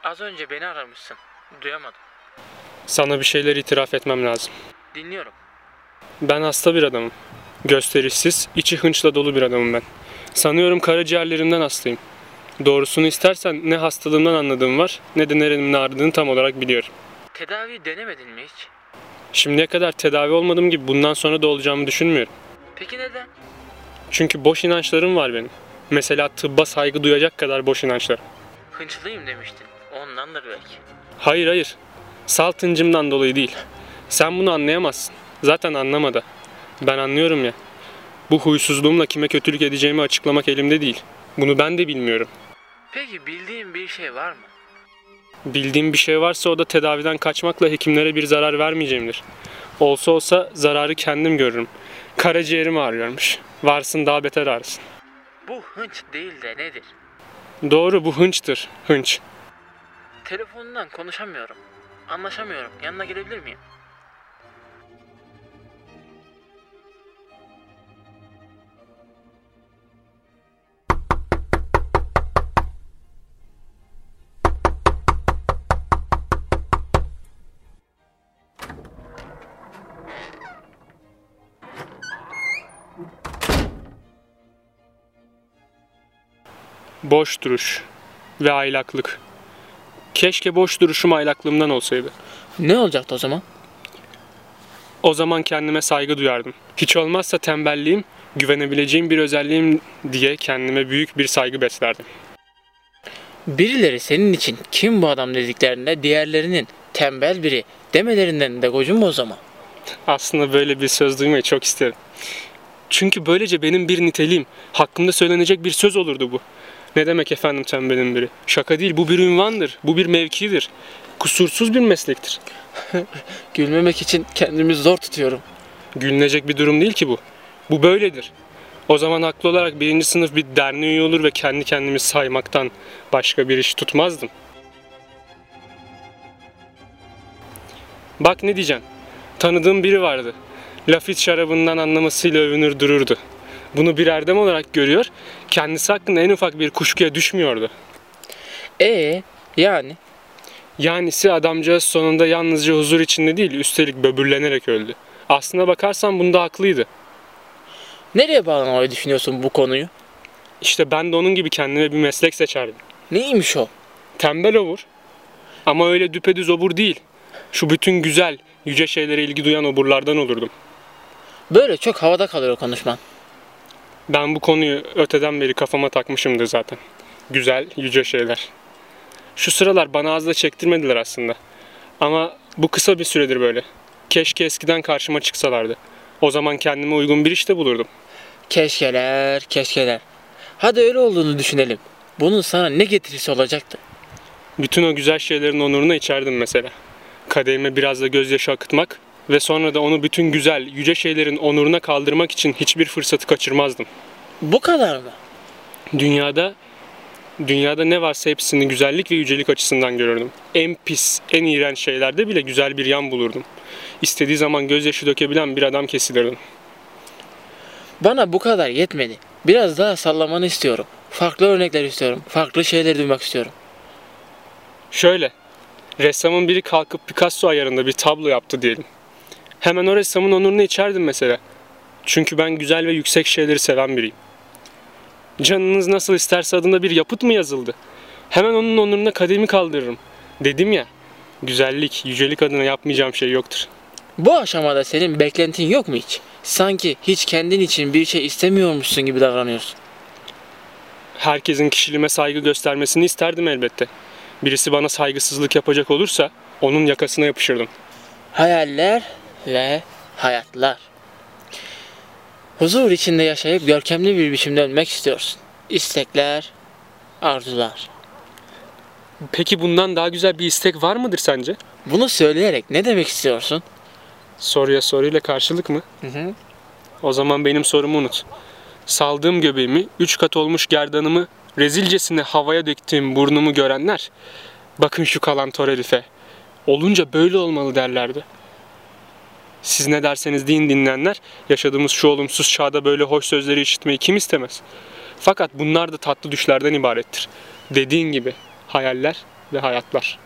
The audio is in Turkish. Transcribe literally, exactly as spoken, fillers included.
Az önce beni aramışsın. Duyamadım. Sana bir şeyler itiraf etmem lazım. Dinliyorum. Ben hasta bir adamım. Gösterişsiz, içi hınçla dolu bir adamım ben. Sanıyorum karaciğerlerimden hastayım. Doğrusunu istersen ne hastalığımdan anladığım var, ne de nerenin ağrıdığını tam olarak biliyorum. Tedavi denemedin mi hiç? Şimdiye kadar tedavi olmadığım gibi bundan sonra da olacağımı düşünmüyorum. Peki neden? Çünkü boş inançlarım var benim. Mesela tıbba saygı duyacak kadar boş inançlarım. Hınçlıyım demiştin. Ondandır belki. Hayır hayır. Salt hıncımdan dolayı değil. Sen bunu anlayamazsın. Zaten anlama da. Ben anlıyorum ya. Bu huysuzluğumla kime kötülük edeceğimi açıklamak elimde değil. Bunu ben de bilmiyorum. Peki bildiğin bir şey var mı? Bildiğim bir şey varsa o da tedaviden kaçmakla hekimlere bir zarar vermeyeceğimdir. Olsa olsa zararı kendim görürüm. Karaciğerim ağrıyormuş. Varsın daha beter ağrısın. Bu hınç değil de nedir? Doğru, bu hınçtır. Hınç. Telefonundan konuşamıyorum. Anlaşamıyorum. Yanına gelebilir miyim? Boş duruş ve aylaklık. Keşke boş duruşum aylaklığımdan olsaydı. Ne olacaktı o zaman? O zaman kendime saygı duyardım. Hiç olmazsa tembelliğim, güvenebileceğim bir özelliğim diye kendime büyük bir saygı beslerdim. Birileri senin için kim bu adam dediklerinde diğerlerinin tembel biri demelerinden de gocunma o zaman. Aslında böyle bir söz duymayı çok isterim. Çünkü böylece benim bir niteliğim, hakkımda söylenecek bir söz olurdu bu. Ne demek efendim tembelin biri? Şaka değil, bu bir ünvandır, bu bir mevkidir. Kusursuz bir meslektir. Gülmemek için kendimi zor tutuyorum. Gülünecek bir durum değil ki bu. Bu böyledir. O zaman haklı olarak birinci sınıf bir derneğe üye olur ve kendi kendimi saymaktan başka bir iş tutmazdım. Bak ne diyeceğim. Tanıdığım biri vardı. Lafite şarabından anlamasıyla övünür dururdu. Bunu bir erdem olarak görüyor, kendisi hakkında en ufak bir kuşkuya düşmüyordu. Ee, yani? Yanisi adamcağız sonunda yalnızca huzur içinde değil, üstelik böbürlenerek öldü. Aslına bakarsan bunda haklıydı. Nereye bağlamayı düşünüyorsun bu konuyu? İşte ben de onun gibi kendime bir meslek seçerdim. Neymiş o? Tembel obur. Ama öyle düpedüz obur değil. Şu bütün güzel, yüce şeylere ilgi duyan oburlardan olurdum. Böyle çok havada kalıyor konuşman. Ben bu konuyu öteden beri kafama takmışımdır zaten. Güzel, yüce şeyler. Şu sıralar bana az da çektirmediler aslında. Ama bu kısa bir süredir böyle. Keşke eskiden karşıma çıksalardı. O zaman kendime uygun bir iş de bulurdum. Keşkeler, keşkeler. Hadi öyle olduğunu düşünelim. Bunun sana ne getirisi olacaktı? Bütün o güzel şeylerin onuruna içerdim mesela. Kadehime biraz da gözyaşı akıtmak ve sonra da onu bütün güzel, yüce şeylerin onuruna kaldırmak için hiçbir fırsatı kaçırmazdım. Bu kadar mı? Dünyada, dünyada ne varsa hepsini güzellik ve yücelik açısından görürdüm. En pis, en iğrenç şeylerde bile güzel bir yan bulurdum. İstediği zaman gözyaşı dökebilen bir adam kesilirdim. Bana bu kadar yetmedi. Biraz daha sallamanı istiyorum. Farklı örnekler istiyorum. Farklı şeyleri duymak istiyorum. Şöyle, ressamın biri kalkıp Picasso ayarında bir tablo yaptı diyelim. Hemen o ressamın onurunu içerdim mesela. Çünkü ben güzel ve yüksek şeyleri seven biriyim. Canınız nasıl isterse adında bir yapıt mı yazıldı? Hemen onun onuruna kadehimi kaldırırım. Dedim ya, güzellik, yücelik adına yapmayacağım şey yoktur. Bu aşamada senin beklentin yok mu hiç? Sanki hiç kendin için bir şey istemiyormuşsun gibi davranıyorsun. Herkesin kişiliğime saygı göstermesini isterdim elbette. Birisi bana saygısızlık yapacak olursa onun yakasına yapışırdım. Hayaller ve hayatlar. Huzur içinde yaşayıp görkemli bir biçimde ölmek istiyorsun. İstekler, arzular. Peki bundan daha güzel bir istek var mıdır sence? Bunu söyleyerek ne demek istiyorsun? Soruya soruyla karşılık mı? Hı hı. O zaman benim sorumu unut. Saldığım göbeğimi, üç kat olmuş gerdanımı, rezilcesine havaya döktüğüm burnumu görenler, bakın şu kalantor herife, olunca böyle olmalı derlerdi. Siz ne derseniz deyin dinleyenler, yaşadığımız şu olumsuz çağda böyle hoş sözleri işitmeyi kim istemez? Fakat bunlar da tatlı düşlerden ibarettir. Dediğin gibi hayaller ve hayatlar.